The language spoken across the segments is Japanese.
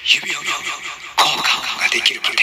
指輪の交換ができるまで。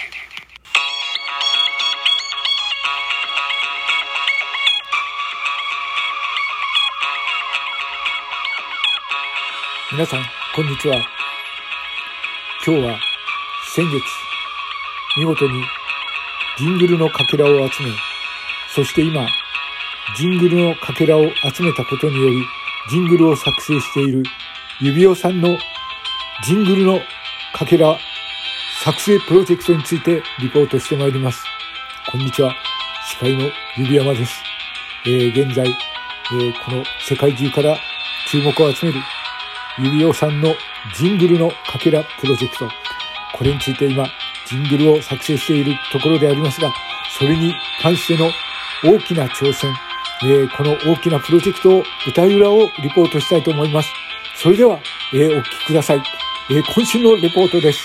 皆さんこんにちは。今日は先月見事にジングルのかけらを集め、そして今ジングルのかけらを集めたことによりジングルを作成している指輪さんのジングルのかけら作成プロジェクトについてリポートしてまいります。こんにちは、司会の指山です。現在、この世界中から注目を集める指輪さんのジングルのかけらプロジェクト、これについて今ジングルを作成しているところでありますが、それに関しての大きな挑戦、この大きなプロジェクトを舞台裏をリポートしたいと思います。それでは、お聞きください。今週のレポートです。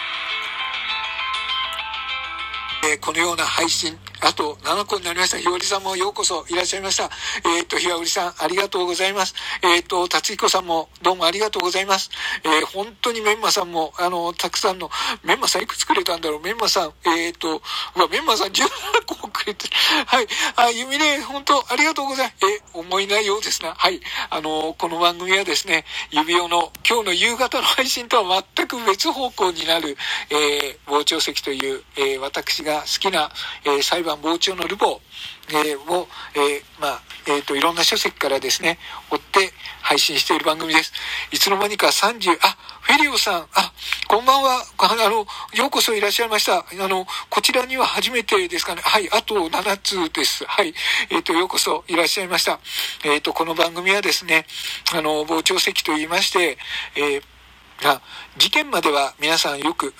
このような配信あと7個になりました。ひわうりさんもようこそいらっしゃいました。ひわうりさんありがとうございます。達彦さんもどうもありがとうございます。本当にメンマさんもたくさんのメンマさんいくつくれたんだろう。メンマさんメンマさん17個くれてる。はい。ゆみれ本当ありがとうございます。思いないようですな。はい。この番組はですね、指輪の今日の夕方の配信とは全く別方向になる、傍聴席という、私が好きな、裁判傍聴のルポを、いろんな書籍からですね追って配信している番組です。いつの間にかフェリオさんこんばんは。ようこそいらっしゃいました。こちらには初めてですかね。はい、あと7つです。はい、ようこそいらっしゃいました。この番組はですね傍聴席と言いまして、事件までは皆さんよく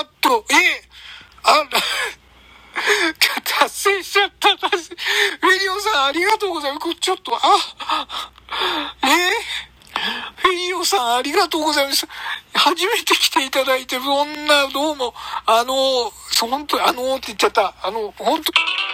達成しちゃった。ウェリオさんありがとうございます。ちょっとフェリオさんありがとうございます。初めて来ていただいて、どうも本当って言っちゃった。本当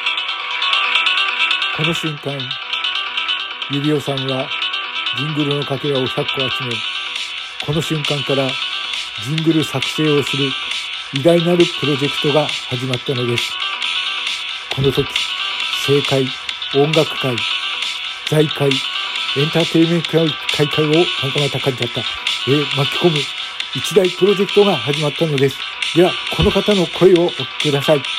この瞬間指輪さんはジングルのかけらを100個集め、この瞬間からジングル作成をする偉大なるプロジェクトが始まったのです。この時、政界、音楽界、財界、エンターテインメント界を仲間たかんじゃった、巻き込む一大プロジェクトが始まったのです。では、この方の声をお聞きください。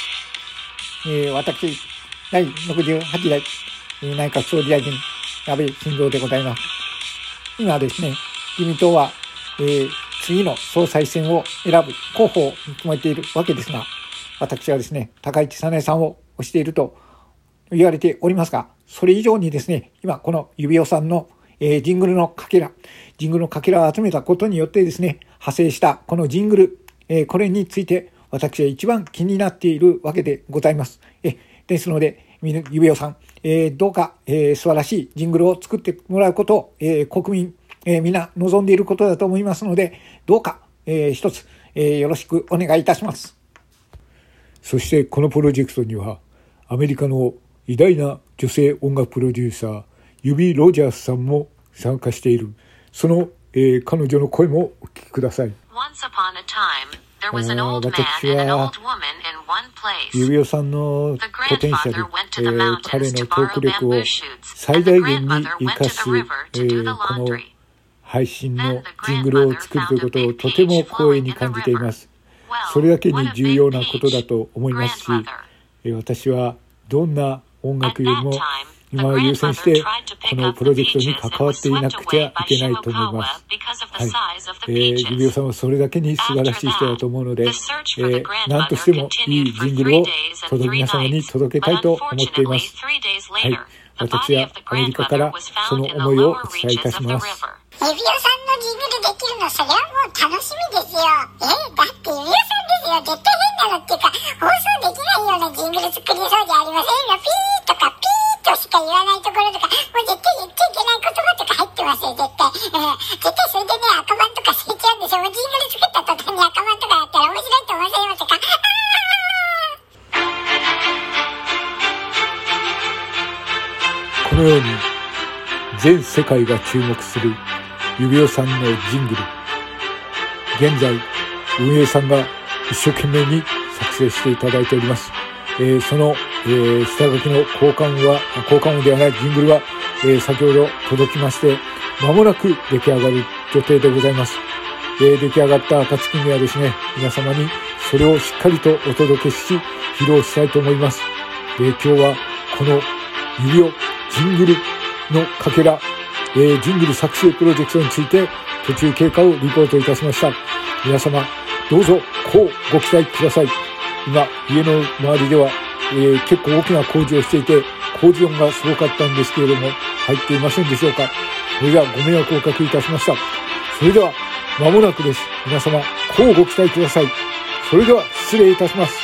私、第68代内閣総理大臣、安倍晋三でございます。今ですね、自民党は、次の総裁選を選ぶ候補を決めているわけですが、私はですね、高市早苗さんを推していると言われておりますが、それ以上にですね、今この指輪さんの、ジングルのかけらを集めたことによってですね、派生したこのジングル、これについて私は一番気になっているわけでございます。ですので、指輪さん、どうか、素晴らしいジングルを作ってもらうことを、国民、皆望んでいることだと思いますので、どうか、一つ、よろしくお願いいたします。そしてこのプロジェクトにはアメリカの偉大な女性音楽プロデューサーユビ・ロジャースさんも参加している。その、彼女の声もお聞きください。私は指輪さんのポテンシャル、彼のトーク力を最大限に生かす、この配信のジングルを作るということをとても光栄に感じています。それだけに重要なことだと思いますし、私はどんな音楽よりも今は優先してこのプロジェクトに関わっていなくてはいけないと思います。指輪さんはそれだけに素晴らしい人だと思うので、何としてもいいジングルを皆様に届けたいと思っています。私はアメリカからその思いをお伝えいたします。 指輪さんのジングルできるの、それはもう楽しみですよ。だって指輪さんですよ。絶対変なのっていうか、放送できないようなジングル作りそうじゃありませんよ。ピーとかピーとしか言わないところとか、もう絶対言っちゃいけない言葉とか入ってますよ、絶対。絶対それでね、赤番とか捨てちゃうんでしょ。もうジングル作った途端に赤番とかやったら面白いと思いませんか。 このように全世界が注目する指輪さんのジングル。 現在、運営さんが一生懸命に作成していただいております。その、下書きの交換音ではないジングルは、先ほど届きまして、間もなく出来上がる予定でございます。出来上がった暁にはですね、皆様にそれをしっかりとお届けし、披露したいと思います。今日はこの指輪ジングルのかけら、ジングル作成プロジェクトについて途中経過をリポートいたしました。皆様どうぞこうご期待ください。今家の周りでは、結構大きな工事をしていて、工事音がすごかったんですけれども入っていませんでしょうか。それではご迷惑をおかけいたしました。それでは間もなくです。皆様こうご期待ください。それでは失礼いたします。